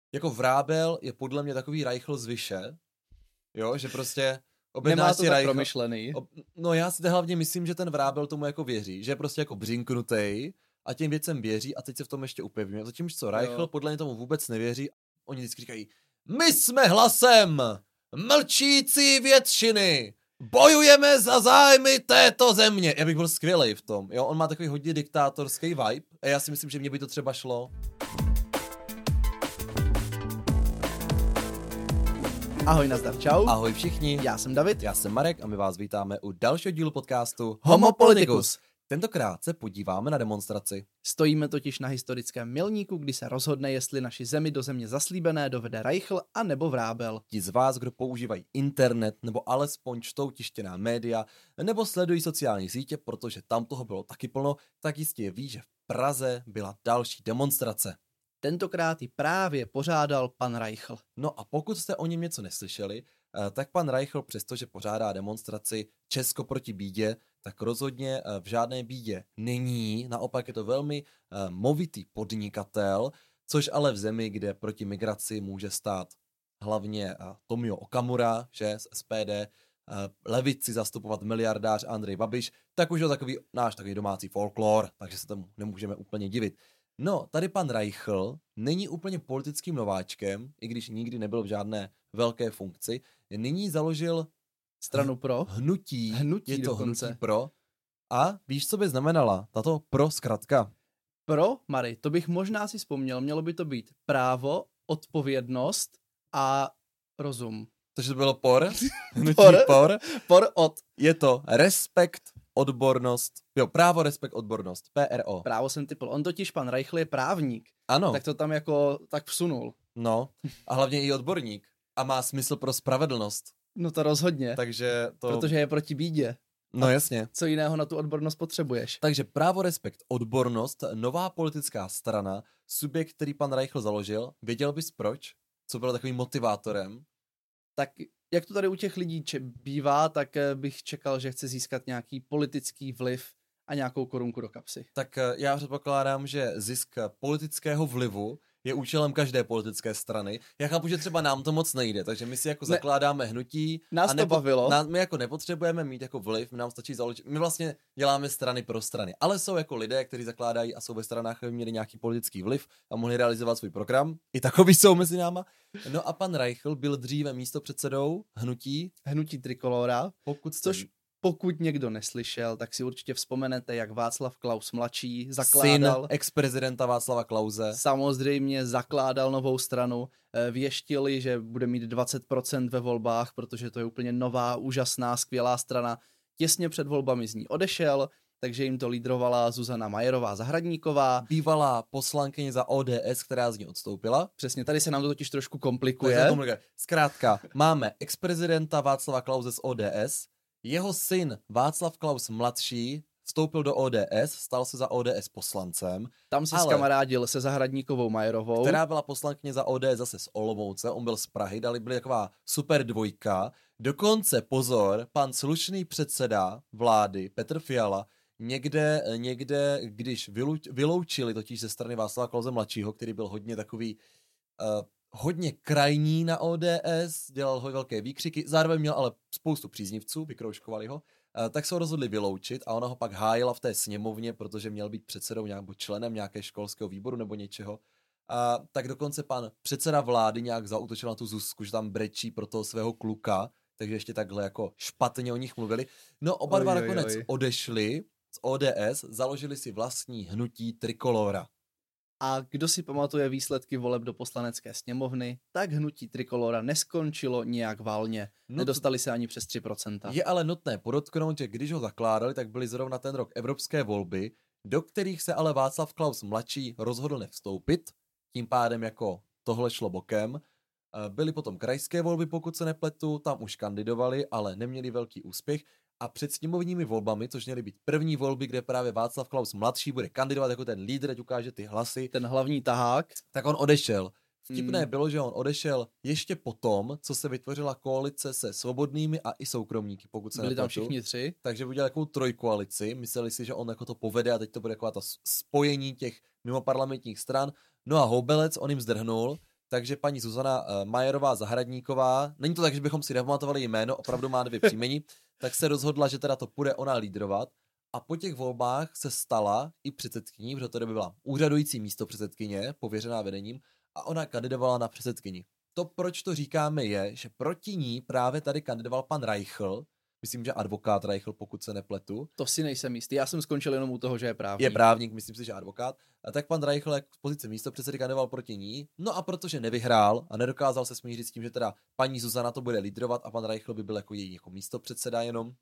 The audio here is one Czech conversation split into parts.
jako Vrábel je podle mě takový Reichl z Vyše, jo, že prostě Nemá to tak promyšlený. No já si hlavně myslím, že ten Vrábel tomu jako věří, že je prostě jako břinknutej a těm věcem věří a teď se v tom ještě upevňuje. Zatímco co Reichl podle mě tomu vůbec nevěří. Oni vždycky říkají, my jsme hlasem mlčící většiny, bojujeme za zájmy této země. Já bych byl skvělej v tom, jo, on má takový hodně diktátorský vibe a já si myslím, že mě by to třeba šlo. Ahoj, nazdar, čau. Ahoj všichni. Já jsem David. Já jsem Marek a my vás vítáme u dalšího dílu podcastu Homo Politicus. Tentokrát se podíváme na demonstraci. Stojíme totiž na historickém milníku, kdy se rozhodne, jestli naši zemi do země zaslíbené dovede Reichl a nebo Vrábel. Ti z vás, kdo používají internet nebo alespoň čtou tištěná média nebo sledují sociální sítě, protože tam toho bylo taky plno, tak jistě ví, že v Praze byla další demonstrace. Tentokrát ji právě pořádal pan Reichl. No a pokud jste o něm něco neslyšeli, tak pan Reichl, přestože pořádá demonstraci Česko proti bídě, tak rozhodně v žádné bídě není. Naopak je to velmi movitý podnikatel, což ale v zemi, kde proti migraci může stát hlavně Tomio Okamura, že z SPD, levici zastupovat miliardář Andrej Babiš, tak už je takový náš takový domácí folklor, takže se tomu nemůžeme úplně divit. No, tady pan Reichl není úplně politickým nováčkem, i když nikdy nebyl v žádné velké funkci. Nyní založil stranu pro? Hnutí dokonce. Hnutí pro. A víš, co by znamenala tato pro zkratka? Pro, Mary, to bych možná si vzpomněl, mělo by to být právo, odpovědnost a rozum. Takže to bylo por? Hnutí por? Por od. Je to respekt, odbornost, jo, právo, respekt, odbornost, PRO. Právo jsem typl, on totiž pan Reichl je právník. Ano. Tak to tam jako tak vsunul. No, a hlavně i odborník. A má smysl pro spravedlnost. No to rozhodně. Takže to... Protože je proti bídě. No jasně. Co jiného na tu odbornost potřebuješ? Takže právo, respekt, odbornost, nová politická strana, subjekt, který pan Reichl založil. Věděl bys proč? Co bylo takovým motivátorem? Tak jak to tady u těch lidí bývá, tak bych čekal, že chce získat nějaký politický vliv a nějakou korunku do kapsy. Tak já předpokládám, že zisk politického vlivu je účelem každé politické strany. Já chápu, že třeba nám to moc nejde, takže my si jako zakládáme hnutí. Nás to bavilo. My jako nepotřebujeme mít jako vliv, my nám stačí založit. My vlastně děláme strany pro strany, ale jsou jako lidé, kteří zakládají a jsou ve stranách, aby měli nějaký politický vliv a mohli realizovat svůj program. I takový jsou mezi náma. No a pan Reichl byl dříve místopředsedou Hnutí Trikolora, pokud někdo neslyšel, tak si určitě vzpomenete, jak Václav Klaus mladší zakládal... Syn ex-prezidenta Václava Klause. Samozřejmě zakládal novou stranu. Věštili, že bude mít 20% ve volbách, protože to je úplně nová, úžasná, skvělá strana. Těsně před volbami z ní odešel, takže jim to lídrovala Zuzana Majerová Zahradníková. Bývalá poslankyně za ODS, která z ní odstoupila. Přesně, tady se nám to totiž trošku komplikuje. Zkrátka, máme ex-prezidenta Václava Klause z ODS, jeho syn Václav Klaus mladší vstoupil do ODS, stal se za ODS poslancem. Tam se skamarádil se Zahradníkovou Majerovou. Která byla poslankyně za ODS zase z Olomouce, on byl z Prahy, byli taková super dvojka. Dokonce, pozor, pan slušný předseda vlády Petr Fiala někde když vyloučili totiž ze strany Václava Klause mladšího, který byl hodně takový... hodně krajní na ODS, dělal velké výkřiky, zároveň měl ale spoustu příznivců, vykroužkovali ho, tak se ho rozhodli vyloučit a ona ho pak hájila v té sněmovně, protože měl být předsedou nebo členem nějakého školského výboru nebo něčeho. Tak dokonce pan předseda vlády nějak zaútočil na tu Zuzku, že tam brečí pro toho svého kluka, takže ještě takhle jako špatně o nich mluvili. No oba dva nakonec odešli z ODS, založili si vlastní hnutí Trikolora. A kdo si pamatuje výsledky voleb do poslanecké sněmovny, tak hnutí Trikolora neskončilo nijak valně. Nedostali se ani přes 3%. Je ale nutné podotknout, že když ho zakládali, tak byly zrovna ten rok evropské volby, do kterých se ale Václav Klaus mladší rozhodl nevstoupit, tím pádem jako tohle šlo bokem. Byly potom krajské volby, pokud se nepletu, tam už kandidovali, ale neměli velký úspěch. A před sněmovními volbami, což měly být první volby, kde právě Václav Klaus mladší bude kandidovat jako ten lídr, ať ukáže ty hlasy. Ten hlavní tahák. Tak on odešel. Vtipné bylo, že on odešel ještě potom, co se vytvořila koalice se svobodnými a i soukromníky, pokud se byli nepletu. Tam všichni tři. Takže udělal takovou trojkoalici, mysleli si, že on jako to povede a teď to bude taková ta spojení těch mimoparlamentních stran. No a Houbelec, on jim zdrhnul, takže paní Zuzana Majerová Zahradníková, není to tak, že bychom si nepamatovali jméno, opravdu má 2 příjmení, tak se rozhodla, že teda to půjde ona lídrovat a po těch volbách se stala i předsedkyní, protože to doby byla úřadující místopředsedkyně, pověřená vedením, a ona kandidovala na předsedkyni. To, proč to říkáme, je, že proti ní právě tady kandidoval pan Reichl, myslím, že advokát Reichl, pokud se nepletu. To si nejsem jistý, já jsem skončil jenom u toho, že je právník. Je právník, myslím si, že advokát. A tak pan Reichl jak v pozici místopředsedy kandidoval proti ní, no a protože nevyhrál a nedokázal se smířit s tím, že teda paní Zuzana to bude lídrovat a pan Reichl by byl jako její jako místopředseda jenom,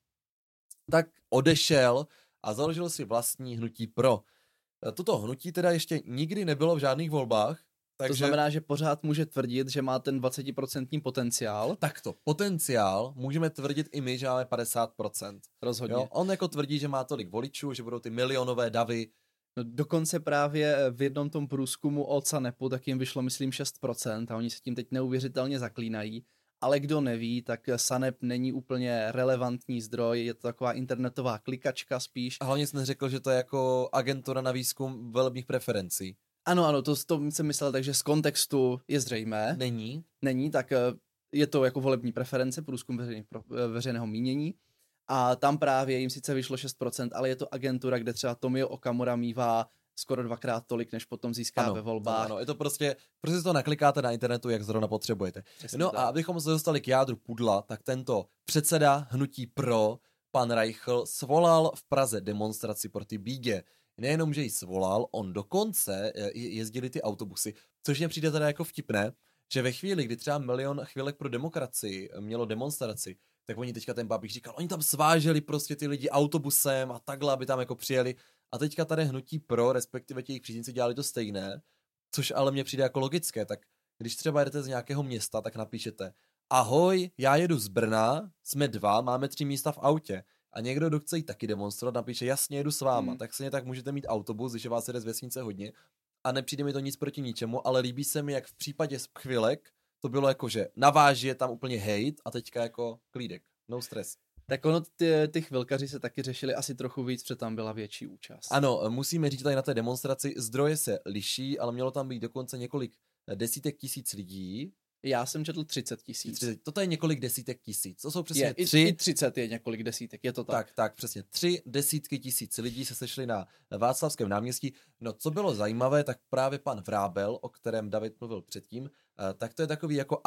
tak odešel a založil si vlastní hnutí Pro. Toto hnutí teda ještě nikdy nebylo v žádných volbách. Takže... To znamená, že pořád může tvrdit, že má ten 20% potenciál. Takto, potenciál můžeme tvrdit i my, že máme 50%. Rozhodně. Jo? On jako tvrdí, že má tolik voličů, že budou ty milionové davy. No, dokonce právě v jednom tom průzkumu od Sanepu, tak jim vyšlo, myslím, 6% a oni se tím teď neuvěřitelně zaklínají. Ale kdo neví, tak Sanep není úplně relevantní zdroj, je to taková internetová klikačka spíš. A hlavně jsem neřekl, že to je jako agentura na výzkum volebních preferencí. Ano, to jsem myslel, takže z kontextu je zřejmé. Není, tak je to jako volební preference, průzkum veřejného mínění. A tam právě jim sice vyšlo 6%, ale je to agentura, kde třeba Tomio Okamura mívá skoro 2x tolik, než potom získá ve volbách. Ano, je to prostě to naklikáte na internetu, jak zrovna potřebujete. No a abychom se dostali k jádru pudla, tak tento předseda hnutí Pro, pan Reichl, svolal v Praze demonstraci proti bídě. Nejenom, že ji svolal, on dokonce jezdili ty autobusy, což mě přijde teda jako vtipné, že ve chvíli, kdy třeba Milion chvílek pro demokracii mělo demonstraci, tak oni teďka ten Babiš říkal, oni tam sváželi prostě ty lidi autobusem a takhle, aby tam jako přijeli. A teďka tady hnutí Pro, respektive těch příznivci dělali to stejné, což ale mně přijde jako logické, tak když třeba jedete z nějakého města, tak napíšete ahoj, já jedu z Brna, jsme 2, máme 3 místa v autě. A někdo, kdo chce jít taky demonstrovat, napíše, jasně, jedu s váma, tak stejně tak můžete mít autobus, když je vás jede z vesnice hodně. A nepřijde mi to nic proti ničemu, ale líbí se mi, jak v případě chvilek to bylo jako, že naváží je tam úplně hejt a teďka jako klídek, no stres. Tak ono, ty chvilkaři se taky řešili asi trochu víc, protože tam byla větší účast. Ano, musíme říct tady na té demonstraci, zdroje se liší, ale mělo tam být dokonce několik desítek tisíc lidí. Já jsem četl 30 000. Toto je několik desítek tisíc. To jsou přesně i 30 je několik desítek, je to tak. Tak, přesně. 3 desítky tisíc lidí se sešli na Václavském náměstí. No, co bylo zajímavé, tak právě pan Vrábel, o kterém David mluvil předtím, tak to je takový jako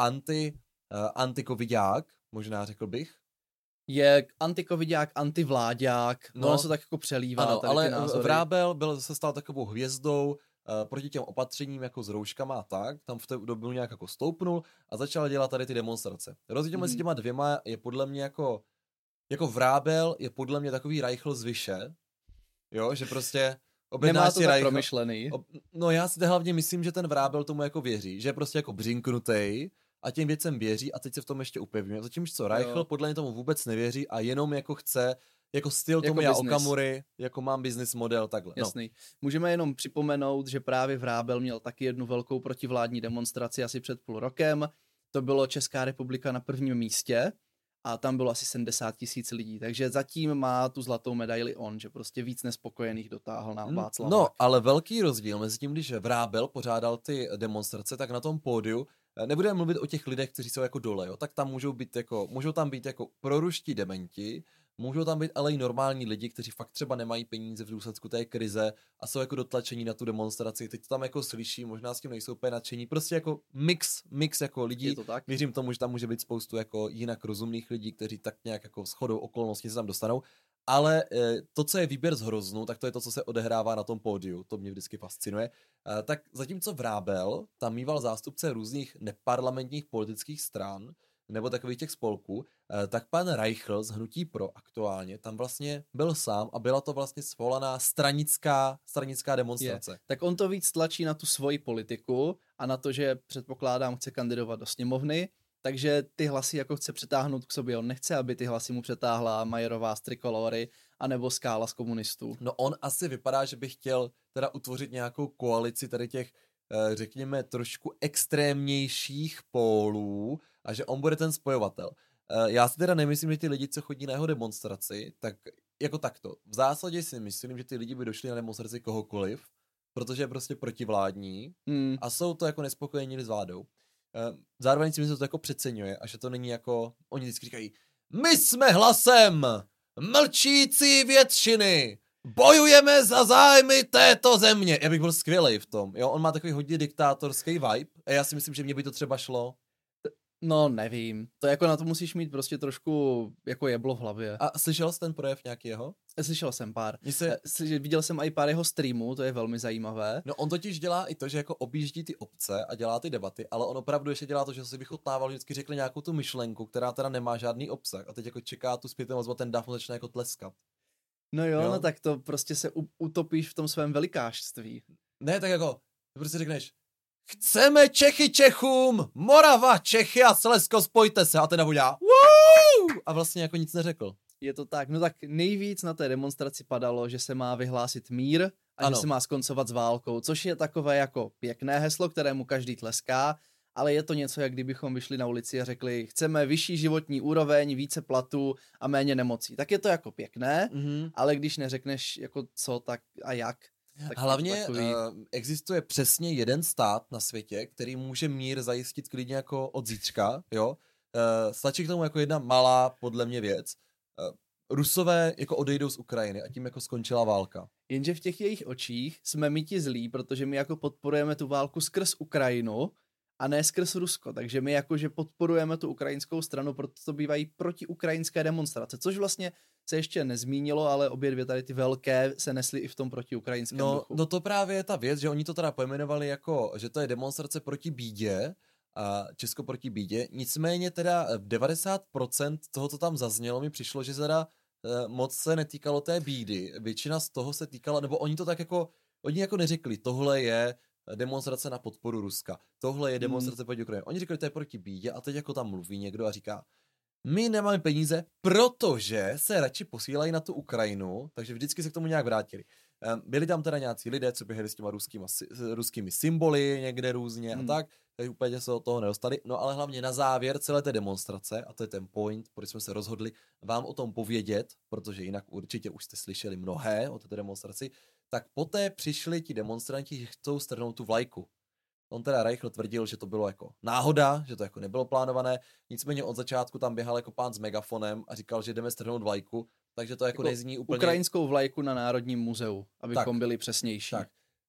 antikovidák, možná řekl bych. Je antikovidák, antivláďák, ono se tak jako přelívá. Ano, tady ale ty názory. Vrábel se stal takovou hvězdou, proti těm opatřením jako s rouškama a tak, tam v té dobu nějak jako stoupnul a začal dělat tady ty demonstrace. Rozdíl mezi těma dvěma je podle mě jako Vrábel je podle mě takový Reichl z Vyše, jo, že prostě nemá to tak promyšlený. No já si hlavně myslím, že ten Vrábel tomu jako věří, že je prostě jako břinknutej a těm věcem věří a teď se v tom ještě upevňuje. Zatímž co Reichl podle mě tomu vůbec nevěří a jenom jako chce jako styl jako Tomia Okamury, jako mám business model, takhle. Jasný. Můžeme jenom připomenout, že právě Vrábel měl taky jednu velkou protivládní demonstraci asi před půl rokem. To bylo Česká republika na prvním místě a tam bylo asi 70 000 lidí. Takže zatím má tu zlatou medaili on, že prostě víc nespokojených dotáhl na Václavák. No, ale velký rozdíl mezi tím, když Vrábel pořádal ty demonstrace, tak na tom pódiu nebudeme mluvit o těch lidech, kteří jsou jako dole, jo? Tak tam můžou tam být jako proruští dementi, můžou tam být ale i normální lidi, kteří fakt třeba nemají peníze v důsledku té krize a jsou jako dotlačení na tu demonstraci. Teď to tam jako slyší, možná s tím nejsou úplně nadšení. Prostě jako mix jako lidí. Věřím tomu, že tam může být spoustu jako jinak rozumných lidí, kteří tak nějak jako shodou okolností se tam dostanou. Ale to, co je výběr z hroznu, tak to je to, co se odehrává na tom pódiu. To mě vždycky fascinuje. Tak zatímco Vrábel tam mýval zástupce různých neparlamentních politických stran, nebo takových těch spolků, tak pan Reichl z hnutí Pro aktuálně tam vlastně byl sám a byla to vlastně svolaná stranická demonstrace. Tak on to víc tlačí na tu svoji politiku a na to, že předpokládám chce kandidovat do sněmovny, takže ty hlasy jako chce přetáhnout k sobě. On nechce, aby ty hlasy mu přetáhla Majerová z Trikolory anebo Skála z komunistů. No on asi vypadá, že by chtěl teda utvořit nějakou koalici tady těch řekněme trošku extrémnějších pólů a že on bude ten spojovatel. Já si teda nemyslím, že ty lidi, co chodí na jeho demonstraci, tak jako takto. V zásadě si myslím, že ty lidi by došli na demonstraci kohokoliv, protože je prostě protivládní a jsou to jako nespokojení s vládou. Zároveň si myslím, že to jako přeceňuje a že to není jako, oni vždycky říkají, my jsme hlasem mlčící většiny, bojujeme za zájmy této země. Já bych byl skvělej v tom, jo, on má takový hodně diktátorský vibe a já si myslím, že mě by to třeba šlo. No, nevím. To jako na to musíš mít prostě trošku jako jeblo v hlavě. A slyšel jsi ten projev nějaký jeho? Slyšel jsem pár. Viděl jsem i pár jeho streamů, to je velmi zajímavé. No on totiž dělá i to, že jako objíždí ty obce a dělá ty debaty, ale on opravdu ještě dělá to, že si vychutnával, vždycky řekli nějakou tu myšlenku, která teda nemá žádný obsah a teď jako čeká tu zpětnou vazbu a ten dáv mu začne jako tleskat. No jo, no tak to prostě se utopíš v tom svém velikářství. Ne, tak jako, prostě řekneš, chceme Čechy Čechům, Morava, Čechy a Slezsko, spojte se a ten udělá a vlastně jako nic neřekl. Je to tak, no tak nejvíc na té demonstraci padalo, že se má vyhlásit mír a že se má skoncovat s válkou, což je takové jako pěkné heslo, kterému každý tleská, ale je to něco, jak kdybychom vyšli na ulici a řekli, chceme vyšší životní úroveň, více platů a méně nemocí. Tak je to jako pěkné, ale když neřekneš jako co, tak a jak. Tak hlavně existuje přesně jeden stát na světě, který může mír zajistit klidně jako od zítřka, jo. Stačí k tomu jako jedna malá, podle mě věc. Rusové jako odejdou z Ukrajiny a tím jako skončila válka. Jenže v těch jejich očích jsme my ti zlí, protože my jako podporujeme tu válku skrz Ukrajinu a ne skrz Rusko, takže my jakože podporujeme tu ukrajinskou stranu, proto to bývají protiukrajinské demonstrace, což vlastně se ještě nezmínilo, ale obě dvě tady ty velké se nesly i v tom protiukrajinském duchu. No to právě je ta věc, že oni to teda pojmenovali jako, že to je demonstrace proti bídě, a Česko proti bídě, nicméně teda 90% toho, co tam zaznělo, mi přišlo, že teda moc se netýkalo té bídy, většina z toho se týkala, nebo oni to tak jako, oni jako neřekli, tohle je demonstrace na podporu Ruska, tohle je demonstrace proti Ukrajině. Oni řekli, to je proti bídě a teď jako tam mluví někdo a říká, my nemáme peníze, protože se radši posílají na tu Ukrajinu, takže vždycky se k tomu nějak vrátili. Byli tam teda nějací lidé, co běhali s těma ruskými symboly někde různě a tak, takže úplně se od toho nedostali. No ale hlavně na závěr celé té demonstrace, a to je ten point, proč jsme se rozhodli vám o tom povědět, protože jinak určitě už jste slyšeli mnohé o této demonstraci, tak poté přišli ti demonstranti, že chcou strhnout tu vlajku. On teda Reichl tvrdil, že to bylo jako náhoda, že to jako nebylo plánované, nicméně od začátku tam běhal jako pán s megafonem a říkal, že jdeme strhnout vlajku, takže to jako nezní úplně... Ukrajinskou vlajku na Národním muzeu, abychom byli přesnější. Tak.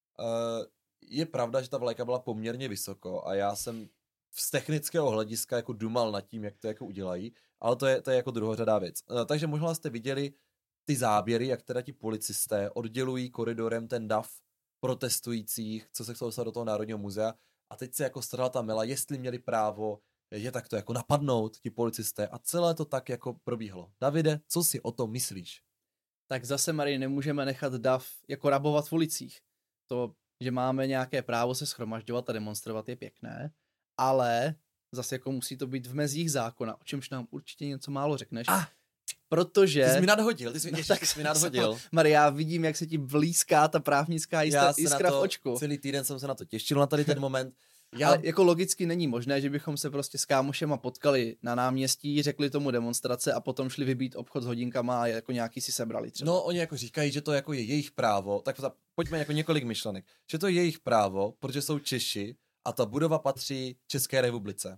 Je pravda, že ta vlajka byla poměrně vysoko a já jsem z technického hlediska jako dumal nad tím, jak to jako udělají, ale to je jako druhořadá věc. Takže možná jste viděli ty záběry, jak teda ti policisté oddělují koridorem ten dav protestujících, co se chcou dostat do toho Národního muzea a teď se jako strhla ta mela, jestli měli právo je takto jako napadnout ti policisté a celé to tak jako probíhalo. Davide, co si o tom myslíš? Tak zase, Marie, nemůžeme nechat dav jako rabovat v ulicích. To, že máme nějaké právo se shromažďovat a demonstrovat je pěkné, ale zase jako musí to být v mezích zákona, o čemž nám určitě něco málo řekneš. Protože... Ty jsi mi nadhodil, nadhodil. Maria, já vidím, jak se ti blízká ta právnická jiskra v očku. Celý týden jsem se na to těšil, na tady ten moment. Ale jako logicky není možné, že bychom se prostě s kámošema potkali na náměstí, řekli tomu demonstrace a potom šli vybít obchod s hodinkama a jako nějaký si sebrali třeba. No, oni jako říkají, že to jako je jejich právo, tak pojďme jako několik myšlenek. Že to je jejich právo, protože jsou Češi a ta budova patří České republice.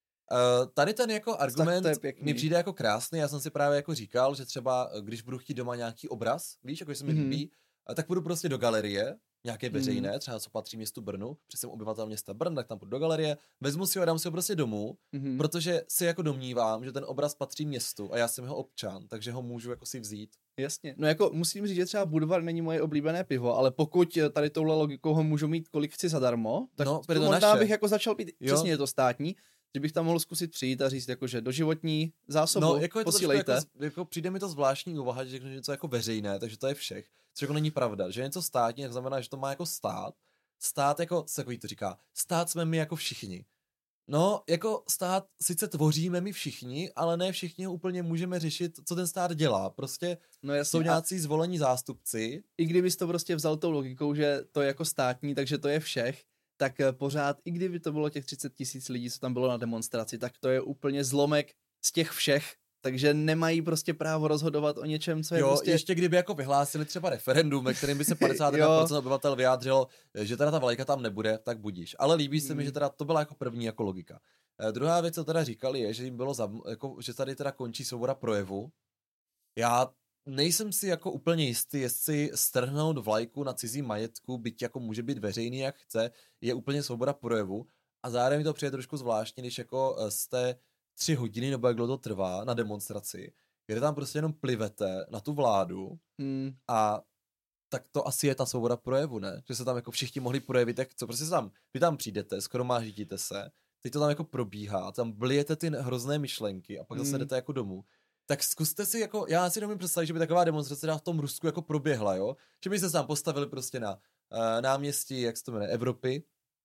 Tady ten jako argument mi přijde jako krásný, já jsem si právě jako říkal, že třeba když budu chtít doma nějaký obraz, víš, jako se mi líbí, tak půjdu prostě do galerie, nějaké veřejné, třeba co patří městu Brnu, protože jsem obyvatel města Brn, tak tam půjdu do galerie, vezmu si ho a dám si ho prostě domů, protože si jako domnívám, že ten obraz patří městu a já jsem jeho občan, takže ho můžu jako si vzít. Jasně, no jako musím říct, že třeba Budvar není moje oblíbené pivo, ale pokud tady touhle logikou ho můžu mít kolik chci zadarmo, tak no, možná bych jako začal pít, přesně je to státní, že bych tam mohl zkusit přijít a říct, jako, že doživotní zásobu posílejte. Jako přijde mi to zvláštní úvaha, že řeknu něco jako veřejné, takže to je všech, což jako není pravda, že něco státní, tak znamená, že to má jako stát. Stát jako, se to říká, stát jsme my jako všichni. No, jako stát sice tvoříme my všichni, ale ne všichni ho úplně můžeme řešit, co ten stát dělá. Prostě jsou nějací zvolení zástupci. I kdybys to prostě vzal tou logikou, že to je jako státní, takže to je všech, tak pořád, i kdyby to bylo těch 30 000 lidí, co tam bylo na demonstraci, tak to je úplně zlomek z těch všech, takže nemají prostě právo rozhodovat o něčem, co je prostě... ještě kdyby jako vyhlásili třeba referendum, ve kterém by se 51% obyvatel vyjádřilo, že teda ta vlajka tam nebude, tak budíš. Ale líbí se mi, že teda to byla jako první jako logika. Druhá věc, co teda říkali, je, že jim bylo, že tady teda končí svoboda projevu. Já nejsem si jako úplně jistý, jestli strhnout vlajku na cizí majetku, byť jako může být veřejný, jak chce, je úplně svoboda projevu. A zároveň mi to přijde trošku zvláštní, když jako jste 3 hodiny, nebo jak dlouho to trvá, na demonstraci, kde tam prostě jenom plivete na tu vládu a tak to asi je ta svoboda projevu, ne? Že se tam jako všichni mohli projevit, jak co, prostě vy tam přijdete, shromáždíte se, teď to tam jako probíhá, tam blijete ty hrozné myšlenky a pak zase jdete jako domů. Tak zkuste si jako, já si nemůžu představit, že by taková demonstrace v tom Rusku jako proběhla, jo? Že by se tam postavili prostě na náměstí, jak se to jmenuje, Evropy,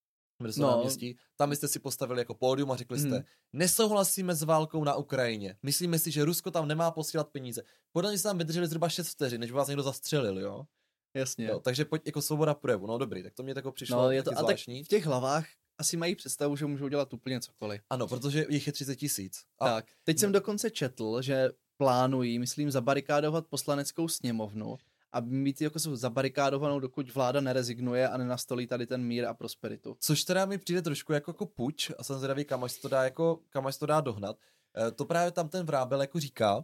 náměstí, tam byste si postavili jako pódium a řekli jste, nesouhlasíme s válkou na Ukrajině, myslíme si, že Rusko tam nemá posílat peníze. Podle mě se tam vydrželi zhruba 6 vteřin, než by vás někdo zastřelil, jo? Jasně. Jo, takže pojď jako svoboda projevu, no dobrý, tak to mě tako přišlo no, je to, zvláštní. A tak v těch hlavách asi mají představu, že můžou dělat úplně cokoliv. Ano, protože jich je 30 000. Tak, teď jsem dokonce četl, že plánují, myslím, zabarikádovat poslaneckou sněmovnu a mít jako zabarikádovanou, dokud vláda nerezignuje a nenastolí tady ten mír a prosperitu. Což teda mi přijde trošku jako puč a jsem zvědavý, kam až to dá dohnat. To právě tam ten Vrábel jako říká,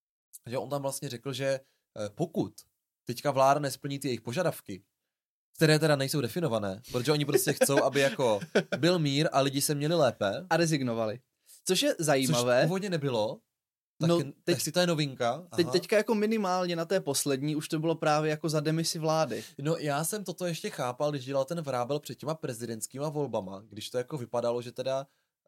že on tam vlastně řekl, že pokud teďka vláda nesplní ty jejich požadavky, které teda nejsou definované, protože oni prostě chcou, aby jako byl mír a lidi se měli lépe. A rezignovali. Což je zajímavé. Což původně nebylo. Tak, no, tak si to je novinka. Teďka jako minimálně na té poslední už to bylo právě jako za demisi vlády. No já jsem toto ještě chápal, když dělal ten Vrábel před těma prezidentskýma volbama, když to jako vypadalo, že teda,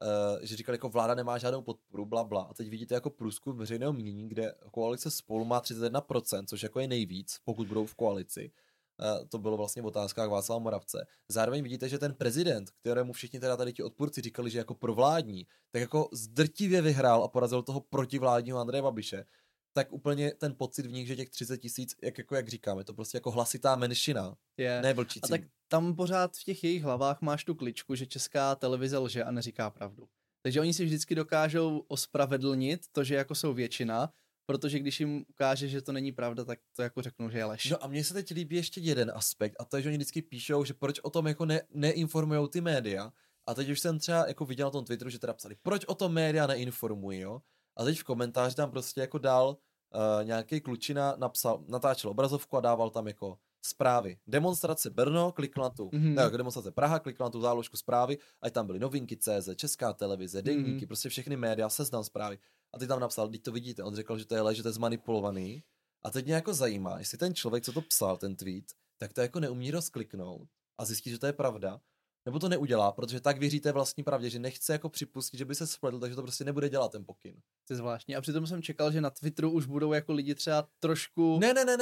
že říkali jako vláda nemá žádnou podporu, blabla. A teď vidíte jako průzkum veřejného mínění, kde koalice Spolu má 31%, což jako je nejvíc, pokud budou v koalici. To bylo vlastně v otázkách Václava Moravce. Zároveň vidíte, že ten prezident, kterému všichni teda tady ti odpůrci říkali, že jako provládní, tak jako zdrtivě vyhrál a porazil toho protivládního Andreje Babiše, tak úplně ten pocit v nich, že těch 30 000, jak říkáme, to prostě jako hlasitá menšina, ne vlčící. A tak tam pořád v těch jejich hlavách máš tu kličku, že Česká televize lže a neříká pravdu. Takže oni si vždycky dokážou ospravedlnit to, že jako jsou většina, protože když jim ukáže, že to není pravda, tak to jako řeknou, že je lež. No a mně se teď líbí ještě jeden aspekt a to je, že oni vždycky píšou, že proč o tom jako neinformujou ty média. A teď už jsem třeba jako viděl na tom Twitteru, že teda psali, proč o tom média neinformují, jo. A teď v komentáři tam prostě jako dal nějaký klučina, natáčel obrazovku a dával tam jako zprávy. Demonstrace Brno, klikl na tu, demonstrace Praha, klikl na tu záložku zprávy, ať tam byly novinky CZ, Česká televize, deníky, prostě všechny média, Seznam Zprávy. A teď tam napsal, teď to vidíte, on řekl, že to je lež, že to je zmanipulovaný. A teď mě jako zajímá, jestli ten člověk, co to psal, ten tweet, tak to jako neumí rozkliknout a zjistí, že to je pravda, nebo to neudělá, protože tak věříte vlastní pravdě, že nechce jako připustit, že by se spletl, takže to prostě nebude dělat ten pokyn. To je zvláštní. A přitom jsem čekal, že na Twitteru už budou jako lidi třeba trošku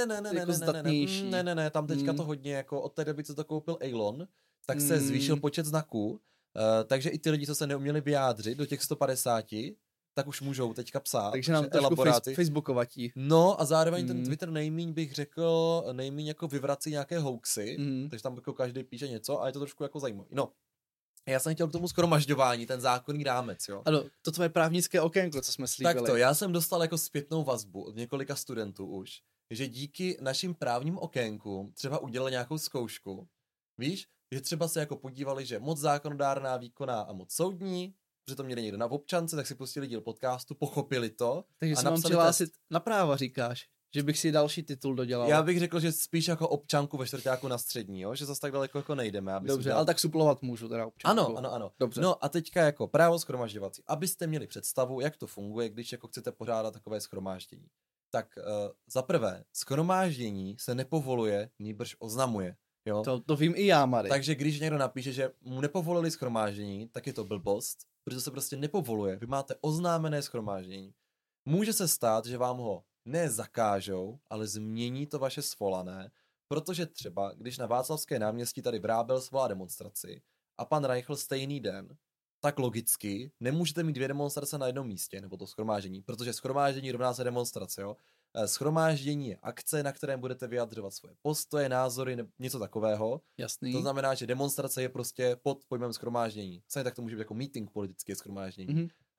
zdatnější. Ne, tam teďka to hodně jako od té doby, co to koupil Elon, tak se zvýšil počet znaků, takže i ty lidi, co se neuměli vyjádřit do těch 150, tak už můžou teďka psát. Takže nám trošku facebookovatí. No a zároveň ten Twitter nejmíň bych řekl, nejmíň jako vyvrací nějaké hoaxy, takže tam jako každý píše něco a je to trošku jako zajímavé. No, já jsem chtěl k tomu shromažďování, ten zákonný rámec, jo. Ano, to tvoje právnické okénko, co jsme slíbili. Tak to, já jsem dostal jako zpětnou vazbu od několika studentů už, že díky našim právním okénkům třeba udělali nějakou zkoušku, víš, že třeba se jako podívali, že moc zákonodárná, výkonná a moc soudní, že to měli někdo na občance, tak si pustili díl podcastu, pochopili to. Takže se mám přihlásit na práva, říkáš? Že bych si další titul dodělal. Já bych řekl, že spíš jako občanku ve čtvrťáku na střední, jo? Že zase tak daleko jako nejdeme. Dobře, ale tak suplovat můžu teda občanku. Ano. Dobře. No a teďka jako právo shromažďovací. Abyste měli představu, jak to funguje, když jako chcete pořádat takové shromáždění. Tak za prvé, shromáždění se nepovoluje, nýbrž oznamuje. Jo? To vím i já, Mary. Takže když někdo napíše, že mu nepovolili shromáždění, tak je to blbost, protože se prostě nepovoluje. Vy máte oznámené shromáždění. Může se stát, že vám ho nezakážou, ale změní to vaše svolané, protože třeba, když na Václavské náměstí tady Vrábel svolá demonstraci a pan Reichl stejný den, tak logicky nemůžete mít 2 demonstrace na jednom místě, nebo to shromáždění, protože shromáždění rovná se demonstrace, jo. Shromáždění je akce, na kterém budete vyjadřovat svoje postoje, názory, něco takového. Jasný. To znamená, že demonstrace je prostě pod pojmem shromáždění. Stejně tak to může být jako meeting politické shromáždění.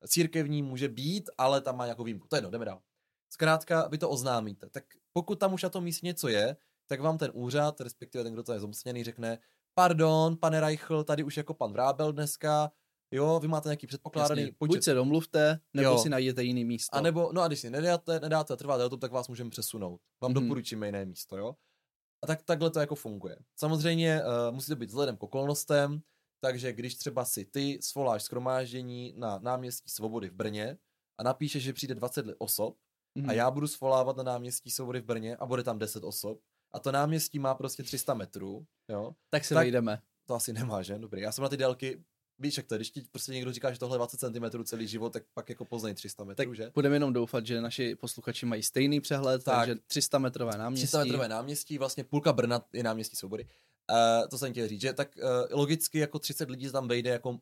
církevní může být, ale tam má nějakou výjimku. To je jedno, jdeme dál. Zkrátka, vy to oznámíte. Tak pokud tam už na tom místě něco je, tak vám ten úřad, respektive ten, kdo to je zomocněný, řekne, pardon, pane Reichl, tady už jako pan Vrábel dneska, jo, vy máte nějaký předpokládaný počet. Buď se domluvte, nebo si najděte jiný místo. A nebo, no a když si nedáte a trváte na tom, tak vás můžeme přesunout. Vám doporučíme jiné místo, jo. A takhle to jako funguje. Samozřejmě musí to být vzhledem k okolnostem, takže když třeba si ty svoláš shromáždění na náměstí Svobody v Brně a napíšeš, že přijde 20 osob a já budu svolávat na náměstí Svobody v Brně a bude tam 10 osob a to náměstí má prostě 300 metrů, jo. Tak se vejdeme. To asi nemá, že? Dobrý. Já jsem na ty délky, víš, jak to je, když ti prostě někdo říká, že tohle je 20 cm celý život, tak pak jako poznej 300 metrů, tak že? budeme jenom doufat, že naši posluchači mají stejný přehled, takže 300 metrové náměstí. 300 metrové náměstí, vlastně půlka Brna je náměstí Svobody. To jsem chtěl říct, že tak logicky jako 30 lidí se tam vejde jako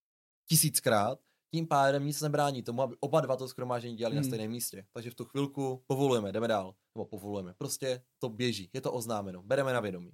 1000krát, tím pádem nic nebrání tomu, aby oba dva to shromáždění dělali na stejném místě. Takže v tu chvilku povolujeme, jdeme dál, nebo povolujeme. Prostě to běží, je to oznámeno, bereme na vědomí.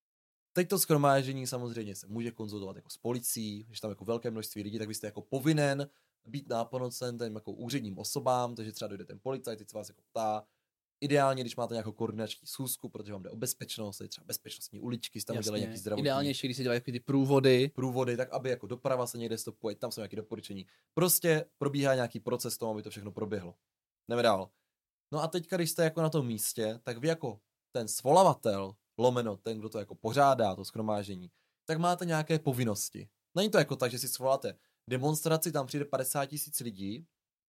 Teď to shromáždění samozřejmě se může konzultovat jako s policií, když tam jako velké množství lidí, tak vy jste jako povinen být nápomocen těm jako úředním osobám, takže třeba dojde ten policajt, teď se vás jako ptá. Ideálně, když máte nějakou koordinační schůzku, protože vám jde o bezpečnost, třeba bezpečnostní uličky, tam dělají nějaký zdravotní. Ideálně ještě, když se dělají ty průvody, tak aby jako doprava se někde stopuje, tam jsou nějaké doporučení. Prostě probíhá nějaký proces tomu, aby to všechno proběhlo. Jdeme dál. No a teďka, když jste jako na tom místě, tak vy jako ten svolavatel, lomeno, ten, kdo to jako pořádá, to shromáždění, tak máte nějaké povinnosti. Není to jako tak, že si svoláte demonstraci, tam přijde 50 000 lidí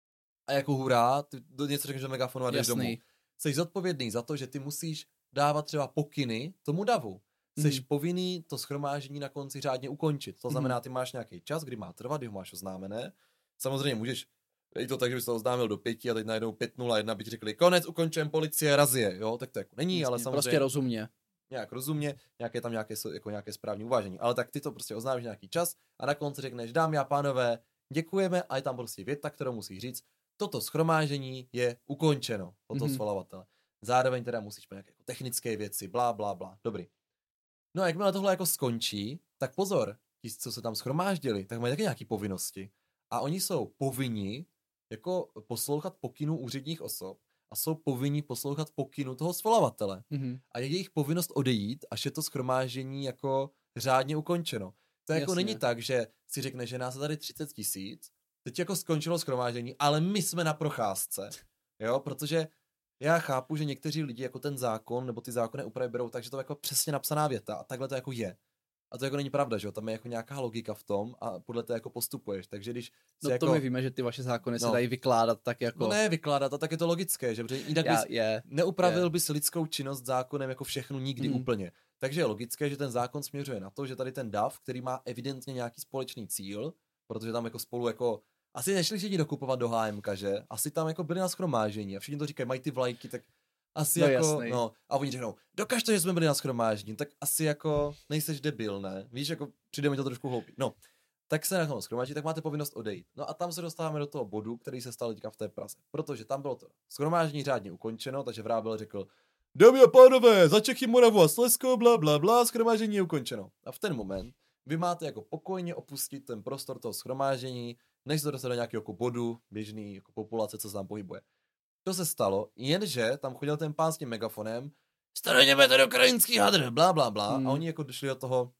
a jako hurá, ty něco řekneš do megafonu a jdeš domů. Jsi zodpovědný za to, že ty musíš dávat třeba pokyny tomu davu. Jsi povinný to shromáždění na konci řádně ukončit. To znamená, ty máš nějaký čas, kdy má trvat, kdy ho máš oznámené. Samozřejmě můžeš, je to tak, že bys to oznámil do 5 a teď najednou 5:01 by ti řekli, konec, ukončen, policie, razie, jo, tak to jako není, ale samozřejmě. Prostě rozumně. Nějak rozumně, nějaké tam nějaké správní uvážení. Ale tak ty to prostě oznámíš nějaký čas a na konci řekneš, dámy a pánové, děkujeme a je tam prostě věta, kterou musíš říct, toto shromáždění je ukončeno od toho svolavatele. Zároveň teda musíš mít nějaké jako technické věci, blá, blá, blá. Dobrý. No a jakmile tohle jako skončí, tak pozor, ti, co se tam shromáždili, tak mají také nějaké povinnosti. A oni jsou povinni jako poslouchat pokynů úředních osob a jsou povinni poslouchat pokynu toho svolavatele. A je jejich povinnost odejít, až je to shromáždění jako řádně ukončeno. To jako není tak, že si řekne, že nás je tady 30 000, teď jako skončilo shromáždění, ale my jsme na procházce. Jo, protože já chápu, že někteří lidi jako ten zákon nebo ty zákonné úpravy berou tak, že to je jako přesně napsaná věta a takhle to jako je. A to jako není pravda, že jo? Tam je jako nějaká logika v tom a podle toho jako postupuješ. Takže když no jako... to my víme, že ty vaše zákony se dají vykládat tak jako... No ne vykládat, a tak je to logické, že? Protože jinak bys neupravil bys lidskou činnost zákonem jako všechnu nikdy úplně. Takže je logické, že ten zákon směřuje na to, že tady ten DAF, který má evidentně nějaký společný cíl, protože tam jako spolu jako... Asi nešli všichni dokupovat do HMK, že? Asi tam jako byli na shromáždění a všichni to říkají, mají ty vlajky, tak asi jako, jasný. no, a oni řeknou, dokažte, že jsme byli na shromáždění, tak asi jako nejseš debil, ne? Víš, jako přijde mi to trošku hloupý. No, tak se na tom shromáždí, tak máte povinnost odejít. No a tam se dostáváme do toho bodu, který se stal teďka v té Praze, protože tam bylo to shromáždění řádně ukončeno, takže Vrábel řekl, dámy a pánové, za Čechy, Moravu a Slezsko, bla, bla, bla, shromáždění je ukončeno. A v ten moment vy máte jako pokojně opustit ten prostor toho shromáždění, než se dostane do nějakého jako bodu, běžný jako populace, co se tam pohybuje. To se stalo, jenže tam chodil ten pán s tím megafonem, staroněme tady ukrajinský hadr, blá, blá, blá, a oni jako došli do toho,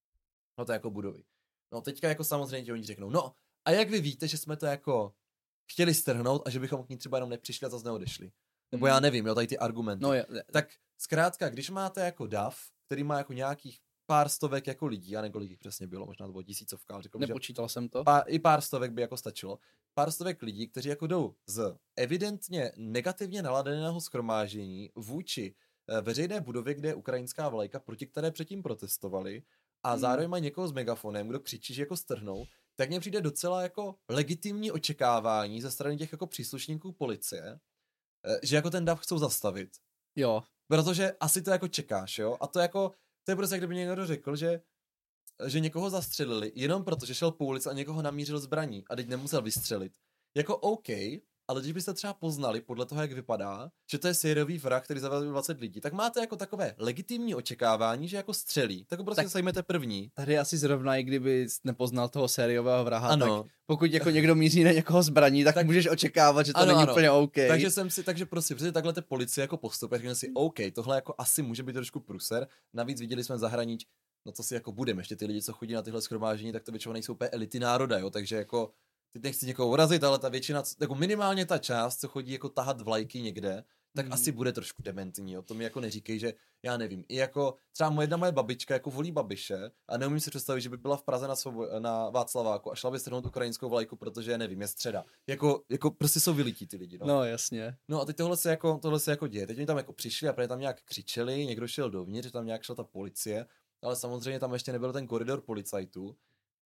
no to jako budovy. No teďka jako samozřejmě oni řeknou, no a jak vy víte, že jsme to jako chtěli strhnout a že bychom k ní třeba jenom nepřišli a zase neodešli. Nebo já nevím, jo, tady ty argumenty. No tak zkrátka, když máte jako DAF, který má jako nějakých pár stovek jako lidí, já nevím, kolik jich přesně bylo, možná to bylo 1000, řekl, nepočítal jsem to. I pár stovek by jako stačilo. Pár stovek lidí, kteří jako jdou z evidentně negativně naladeného shromáždění vůči veřejné budově, kde je ukrajinská vlajka, proti které předtím protestovali a zároveň mají někoho s megafonem, kdo křičí, že jako strhnou, tak mně přijde docela jako legitimní očekávání ze strany těch jako příslušníků policie, že jako ten dav chcou zastavit. Jo. Protože asi to jako čekáš, jo? A to jako to je prostě, kdyby někdo řekl, že někoho zastřelili, jenom proto, že šel po ulici a někoho namířil zbraní a teď nemusel vystřelit. Jako OK, ale když byste třeba poznali podle toho, jak vypadá, že to je sériový vrah, který zavraždil 20 lidí, tak máte jako takové legitimní očekávání, že jako střelí, tak ho prostě tak sejmete první. Tady asi zrovna, i kdyby nepoznal toho sériového vraha, ano. Tak pokud jako někdo míří na někoho zbraní, tak můžeš očekávat, že to není úplně OK. Takže prostě takhle té policie jako postupuje, řekne si OK, tohle jako asi může být trošku pruser. Navíc viděli jsme v zahraničí, no co si jako budeme, ještě ty lidi, co chodí na tyhle shromáždění, tak to většinou nejsou úplně elity národa, jo, takže jako teď nechci někoho urazit, ale ta většina, jako minimálně ta část, co chodí jako tahat vlajky někde, tak asi bude trošku dementní, jo. To mi jako neříkej, že já nevím. I jako třeba moje babička jako volí Babiše a neumím si představit, že by byla v Praze na Václaváku a šla by strhnout ukrajinskou vlajku, protože nevím, je středa. Jako prostě jsou vylití ty lidi, no. No, jasně. No a teď tohle se jako děje. Teď oni tam jako přišli a právě tam nějak křičeli, někdo šel dovnitř, tam nějak šla ta policie, ale samozřejmě tam ještě nebyl ten koridor policajtů.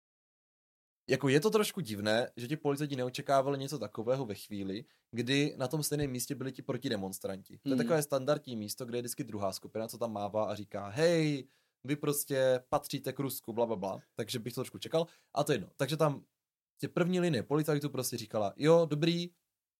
Jako je to trošku divné, že ti policajti neočekávali něco takového ve chvíli, kdy na tom stejném místě byli ti protidemonstranti. To je takové standardní místo, kde je vždycky druhá skupina, co tam mává a říká, hej, vy prostě patříte k Rusku, blablabla, takže bych to trošku čekal. A to jedno. Takže tam tě první linie policajtů prostě říkala, jo, dobrý,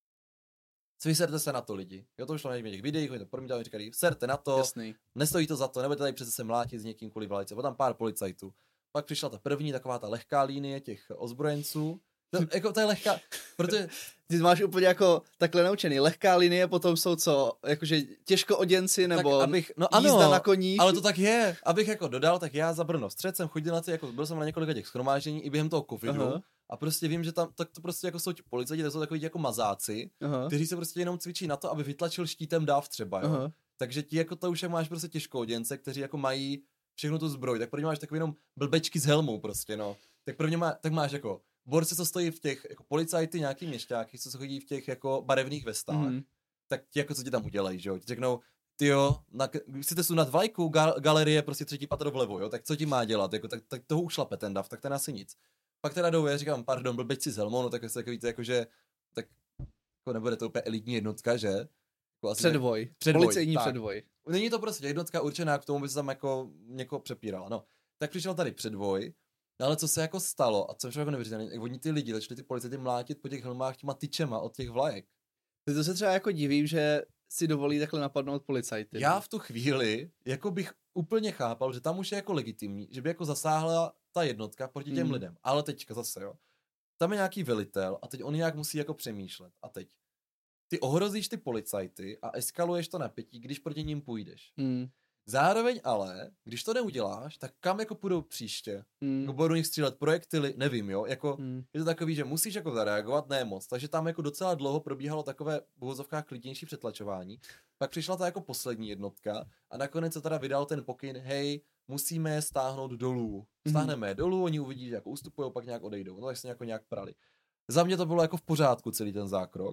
serte se na to lidi. Jo, to už na těch videích, oni to promítali, říkali, serte na to, jasný. Nestojí to za to, nebudete tady přece se mlátit s někým kvůli vlajce. Bylo tam pár policajtů. Pak přišla ta první, taková ta lehká linie těch ozbrojenců. To je lehká, protože... Ty máš úplně jako takhle naučený. Lehká linie, potom jsou co, jakože těžkooděnci nebo jízda na koních. Ale to tak je. Abych jako dodal, tak já za Brno střed jsem chodil na ty, jako byl jsem na několika těch shromáždění i během toho covidu. Aha. A prostě vím, že tam tak to prostě jako jsou ti policajti, to jsou takový jako mazáci, kteří se prostě jenom cvičí na to, aby vytlačil štítem dáv třeba, jo. Aha. Takže ti jako to už máš prostě těžkooděnce, kteří jako mají všechno tu zbroj, tak první máš takový jenom blbečky s helmou prostě, no. Tak první tak máš jako borce, co stojí v těch jako policajty, nějaký měšťáky, co chodí v těch jako barevných vestách, tak ti jako co ti tam udělají, že jo? Ti řeknou, tyjo, chcete sunat vlajku, galerie prostě 3. patro vlevo, jo? Tak co ti má dělat? Jako, tak toho ušlape ten dav, tak ten asi nic. Pak teda jdou, já říkám, pardon, blbečci s helmou, no tak víte, jakože, tak jako nebude to úplně elitní jednotka, že? Jako předvoj. Policejní předvoj. Není to prostě jednotka určená k tomu, by se tam jako někoho přepírala. No, tak přišel tady předvoj, ale co se jako stalo a co je jako neuvěřitelné, jak oni ty lidi začali ty policajty mlátit po těch helmách těma tyčema od těch vlajek. To se třeba jako divím, že si dovolí takhle napadnout policajty. Já v tu chvíli jako bych úplně chápal, že tam už je jako legitimní, že by jako zasáhla ta jednotka proti těm lidem. Ale teďka zase, jo. Tam je nějaký velitel a teď on nějak musí jako přemýšlet. A teď ty ohrozíš ty policajty a eskaluješ to napětí, když proti ním půjdeš. Zároveň ale, když to neuděláš, tak kam jako půjdou příště? Jako budou do nich střílet projektily, nevím, jo, jako je to takový, že musíš jako zareagovat, ne moc, takže tam jako docela dlouho probíhalo takové v uvozovkách klidnější přetlačování. Pak přišla ta jako poslední jednotka a nakonec se teda vydal ten pokyn, hej, musíme je stáhnout dolů. Stáhneme je dolů, oni uvidí, že jako ustupujou, pak nějak odejdou, no tak se jako nějak prali. Za mě to bylo jako v pořádku celý ten zákrok.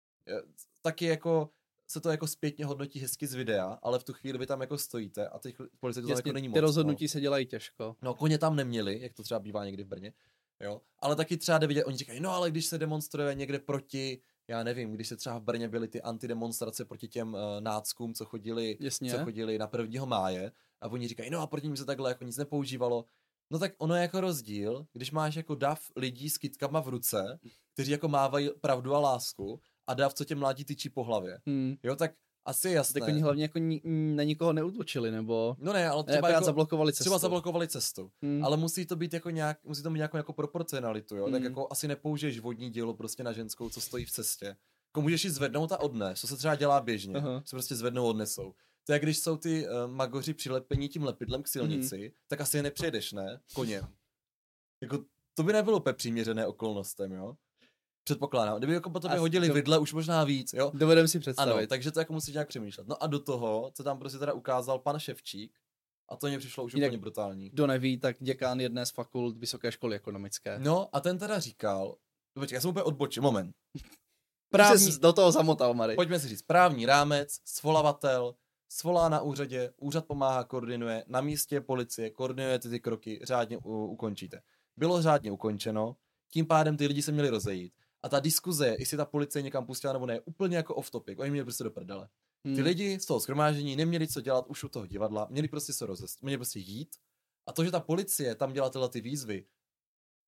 Taky jako se to jako zpětně hodnotí hezky z videa, ale v tu chvíli vy tam jako stojíte a teď policajti to jako není moc. Ty rozhodnutí se dělají těžko. No, koně tam neměli, jak to třeba bývá někdy v Brně, jo, ale taky třeba jde vidět, oni říkají, no ale když se demonstruje někde proti, já nevím, když se třeba v Brně byly ty antidemonstrace proti těm náckům, co chodili na 1. máje a oni říkají, no a proti ním se takhle jako nic nepoužívalo. No tak ono je jako rozdíl, když máš jako dav lidí s kytkama v ruce, kteří jako mávají pravdu a lásku, a dav, co tě mládí tyčí po hlavě. Jo, tak asi je jasné. Tak oni hlavně jako na nikoho neútočili, nebo... No ne, ale třeba jako zablokovali cestu. Třeba zablokovali cestu. Ale musí to být jako nějak, musí to mít nějakou jako proporcionalitu, jo? Tak jako asi nepoužiješ vodní dílo prostě na ženskou, co stojí v cestě. Jako můžeš ji zvednout a odnes, to se třeba dělá běžně. Se prostě zvednou a odnesou. To je, když jsou ty magoři přilepení tím lepidlem k silnici, tak asi je nepřejedeš, ne? Koněm. Jako, to by nebylo úplně přiměřené okolnostem, jo? Předpokládám. Kdyby jako po tobě hodili vidle, už možná víc, jo? Dovedem si představit. Ano, takže to jako musíš nějak přemýšlet. No a do toho, co tam prostě teda ukázal pan Ševčík, a to mě přišlo už úplně brutální. Kdo neví, tak děkán jedné z fakult Vysoké školy ekonomické. No a ten teda říkal, počkej, já jsem úplně odbočil, moment. Právní, do toho zamotal, Mary. Pojďme si říct, právní rámec, svolavatel, svolá na úřadě, úřad pomáhá, koordinuje, na místě policie, koordinuje ty kroky, řádně ukončíte. Bylo řádně ukončeno, tím pádem ty lidi se měli rozejít. A ta diskuze, jestli ta policie někam pustila nebo ne, je úplně jako off topic. Oni měli prostě do prdele. Ty lidi z toho shromáždění neměli co dělat už u toho divadla, měli prostě se měli prostě jít. A to, že ta policie tam dělá tyhle ty výzvy,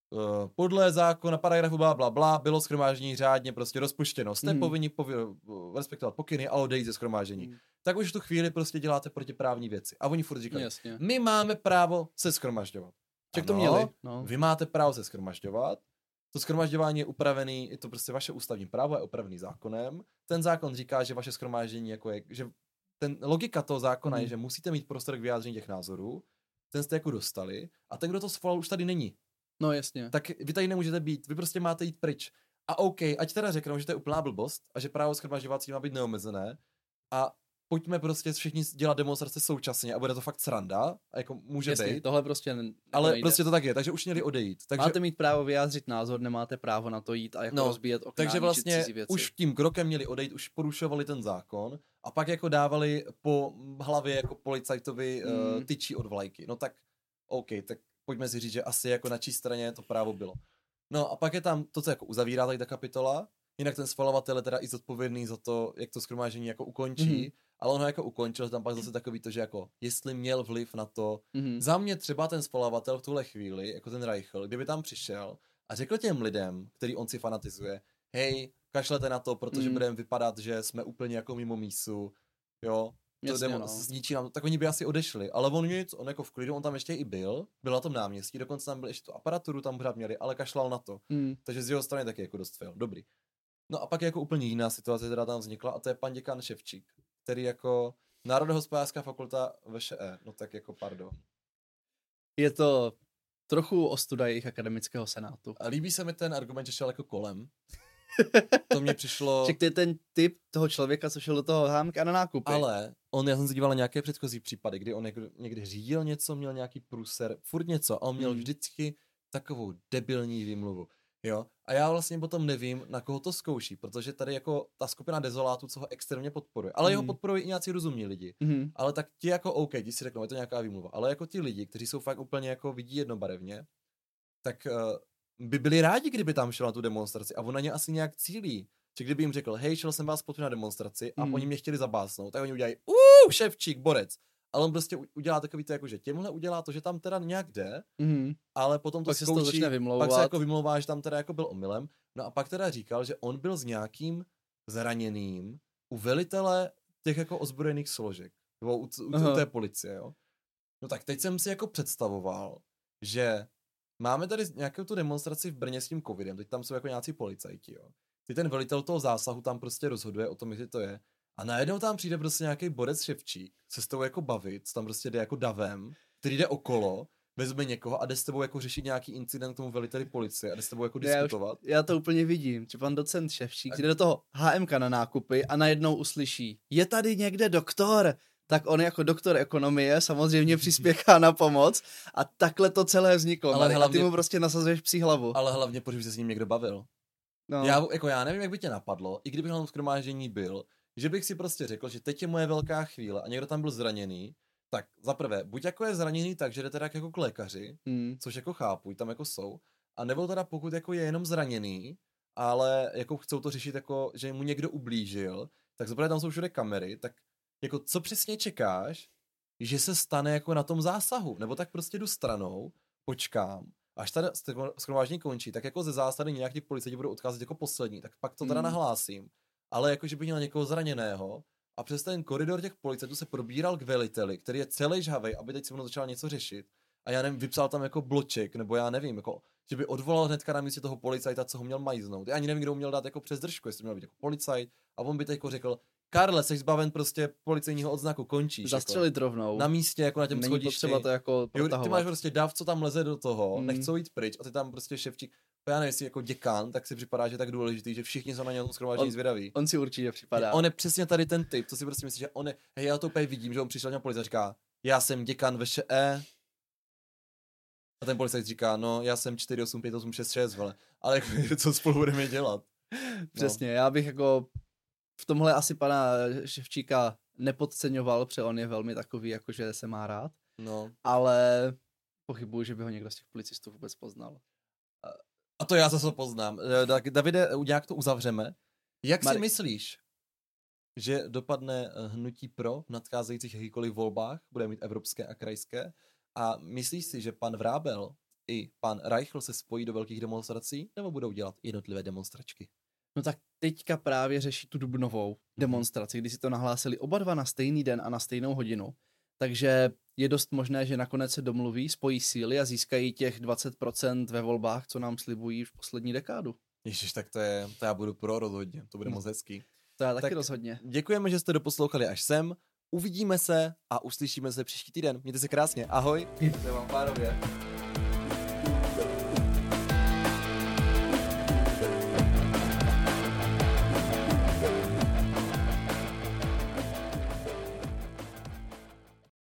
podle zákona paragrafu bla, bylo shromáždění řádně prostě rozpuštěno. Jste povinni respektovat pokyny a odejít ze shromáždění. Tak už v tu chvíli prostě děláte protiprávní věci. A oni furt říkají, my máme právo se shromažďovat. Ček to měli. No. Vy máte právo se shromažďovat. To shromažďování je upravený, je to prostě vaše ústavní právo, je upravený zákonem. Ten zákon říká, že vaše shromáždění jako je, že logika toho zákona je, že musíte mít prostor k vyjádření těch názorů. Ten jste jako dostali a ten, kdo to svolal, už tady není. No jasně. Tak vy tady nemůžete být, vy prostě máte jít pryč. A OK, ať teda řeknou, že to je úplná blbost a že právo shromažďovací má být neomezené a pojďme prostě všichni dělat demonstrace současně a bude to fakt sranda a jako může jasně, být. Tohle prostě ale nejde. prostě to tak je, takže už měli odejít. Takže máte mít právo vyjádřit názor, nemáte právo na to jít a jako rozbíjet okna. Takže vlastně už tím krokem měli odejít, už porušovali ten zákon a pak jako dávali po hlavě jako policajtovi tyčí od vlajky. No tak OK, tak pojďme si říct, že asi jako na čí straně to právo bylo. No a pak je tam to, co jako uzavírá tady ta kapitola, jinak ten schvalovatel je teda i zodpovědný za to, jak to shromáždění jako ukončí, ale on ho jako ukončil, tam pak zase takový to, že jako, jestli měl vliv na to, za mě třeba ten schvalovatel v tuhle chvíli, jako ten Reichl, kdyby tam přišel a řekl těm lidem, který on si fanatizuje, hej, kašlete na to, protože budeme vypadat, že jsme úplně jako mimo mísu, jo, zničí nám, tak oni by asi odešli, ale on nic, on jako v klidu, on tam ještě i byl na tom náměstí, dokonce tam byl ještě tu aparaturu, tam pořád měli, ale kašlal na to, takže z jeho strany taky jako dost fail, dobrý. No a pak je jako úplně jiná situace, která tam vznikla a to je pan děkan Ševčík, který jako Národohospodářská fakulta VŠE, no tak jako pardon. Je to trochu ostuda jejich akademického senátu. A líbí se mi ten argument, že šel jako kolem. To mě přišlo... Ček, to je ten typ toho člověka, co šel do toho hámka na nákupy. Ale já jsem se díval na nějaké předchozí případy, kdy on někdy řídil něco, měl nějaký průser, furt něco a on měl vždycky takovou debilní výmluvu. Jo? A já vlastně potom nevím, na koho to zkouší, protože tady jako ta skupina dezolátů, co ho extrémně podporuje, ale jeho podporují i nějací rozumní lidi. Ale tak ti jako OK, ti si řeknou, je to nějaká výmluva, ale jako ti lidi, kteří jsou fakt úplně jako vidí jednobarevně, tak by byli rádi, kdyby tam šel na tu demonstraci a on na ně asi nějak cílí. Či kdyby jim řekl, hej, šel jsem vás podpořit na demonstraci a oni mě chtěli zabásnout, tak oni udělají, Ševčík, borec. Ale on prostě udělá takový to, jako, že těmhle udělá to, že tam teda nějak jde, ale potom to zkouší, pak se jako vymlouvá, že tam teda jako byl omylem. No a pak teda říkal, že on byl s nějakým zraněným u velitele těch jako ozbrojených složek, nebo u té policie, jo. No tak teď jsem si jako představoval, že máme tady nějakou tu demonstraci v Brně s tím covidem, teď tam jsou jako nějací policajti, jo. Teď ten velitel toho zásahu tam prostě rozhoduje o tom, jestli to je. A najednou tam přijde prostě nějaký borec Ševčík, se s tou jako bavit, tam prostě jde jako davem, který jde okolo, vezme někoho a jde s tebou jako řešit nějaký incident k tomu veliteli policie a jde s tebou jako diskutovat. Já to úplně vidím, že pan docent Ševčík jde do toho HMK na nákupy a najednou uslyší, je tady někde doktor, tak on jako doktor ekonomie samozřejmě přispěchá na pomoc a takhle to celé vzniklo. Ale hlavně, a ty mu prostě nasazuješ psí hlavu. Ale hlavně, protože se s ním někdo bavil. No. Já nevím, jak by tě napadlo, i kdybych na tom shromáždění byl, že bych si prostě řekl, že teď je moje velká chvíle a někdo tam byl zraněný, tak zaprvé, buď jako je zraněný tak, že jde teda jako k lékaři, což jako chápu, tam jako jsou, a nebo teda pokud jako je jenom zraněný, ale jako chcou to řešit jako, že mu někdo ublížil, tak zaprvé tam jsou všude kamery, tak jako co přesně čekáš, že se stane jako na tom zásahu, nebo tak prostě jdu stranou, počkám, až tady shromáždění končí, tak jako ze zásady nějak ti policajti budou odcházet jako poslední, tak pak to teda nahlásím. Ale jakože bych měl někoho zraněného a přes ten koridor těch policajtů se probíral k veliteli, který je celý žhavej, aby teď se mnou začal něco řešit. A já nevím, vypsal tam jako bloček, nebo já nevím, jako, že by odvolal hnedka na místě toho policajta, co ho měl majznout. Já ani nevím, kdo ho měl dát jako přes držku, jestli měl být jako policajt a on by teď jako řekl, Karle, jsi zbaven prostě policejního odznaku, končíš. Zastřelit jako, rovnou. Na místě, jako na těm schodišti. Není potřeba to jako protahovat. Ty máš prostě dav, co tam leze do toho, nechcou jít pryč a ty tam prostě Ševčík. Já nevím, jestli jako děkan, tak si připadá, že je tak důležitý, že všichni jsou na něm shromáždění zvědaví. On si určitě připadá. On je přesně tady ten typ, co si prostě myslí, že on je, hej, já to úplně vidím, že on přišel na policajt a říká, já jsem děkan VŠE. A ten policajt říká, no, já jsem 485866, vole. Ale jako, co spolu budeme dělat? Přesně, já bych jako v tomhle asi pana Ševčíka nepodceňoval, protože on je velmi takový, jakože se má rád. No. Ale pochybuju, že by ho někdo z těch policistů vůbec poznal. A to já zase poznám. Davide, nějak to uzavřeme. Jak si myslíš, že dopadne hnutí pro v nadcházejících jakýkoliv volbách? Bude mít evropské a krajské. A myslíš si, že pan Vrábel i pan Reichl se spojí do velkých demonstrací, nebo budou dělat jednotlivé demonstračky? No tak teďka právě řeší tu dubnovou demonstraci, kdy si to nahlásili oba dva na stejný den a na stejnou hodinu. Takže je dost možné, že nakonec se domluví, spojí síly a získají těch 20% ve volbách, co nám slibují v poslední dekádu. Ježiš, tak to já budu pro rozhodně, to bude moc hezký. To já taky rozhodně. Děkujeme, že jste doposlouchali až sem. Uvidíme se a uslyšíme se příští týden. Mějte se krásně. Ahoj. Mějte se vám, pánové.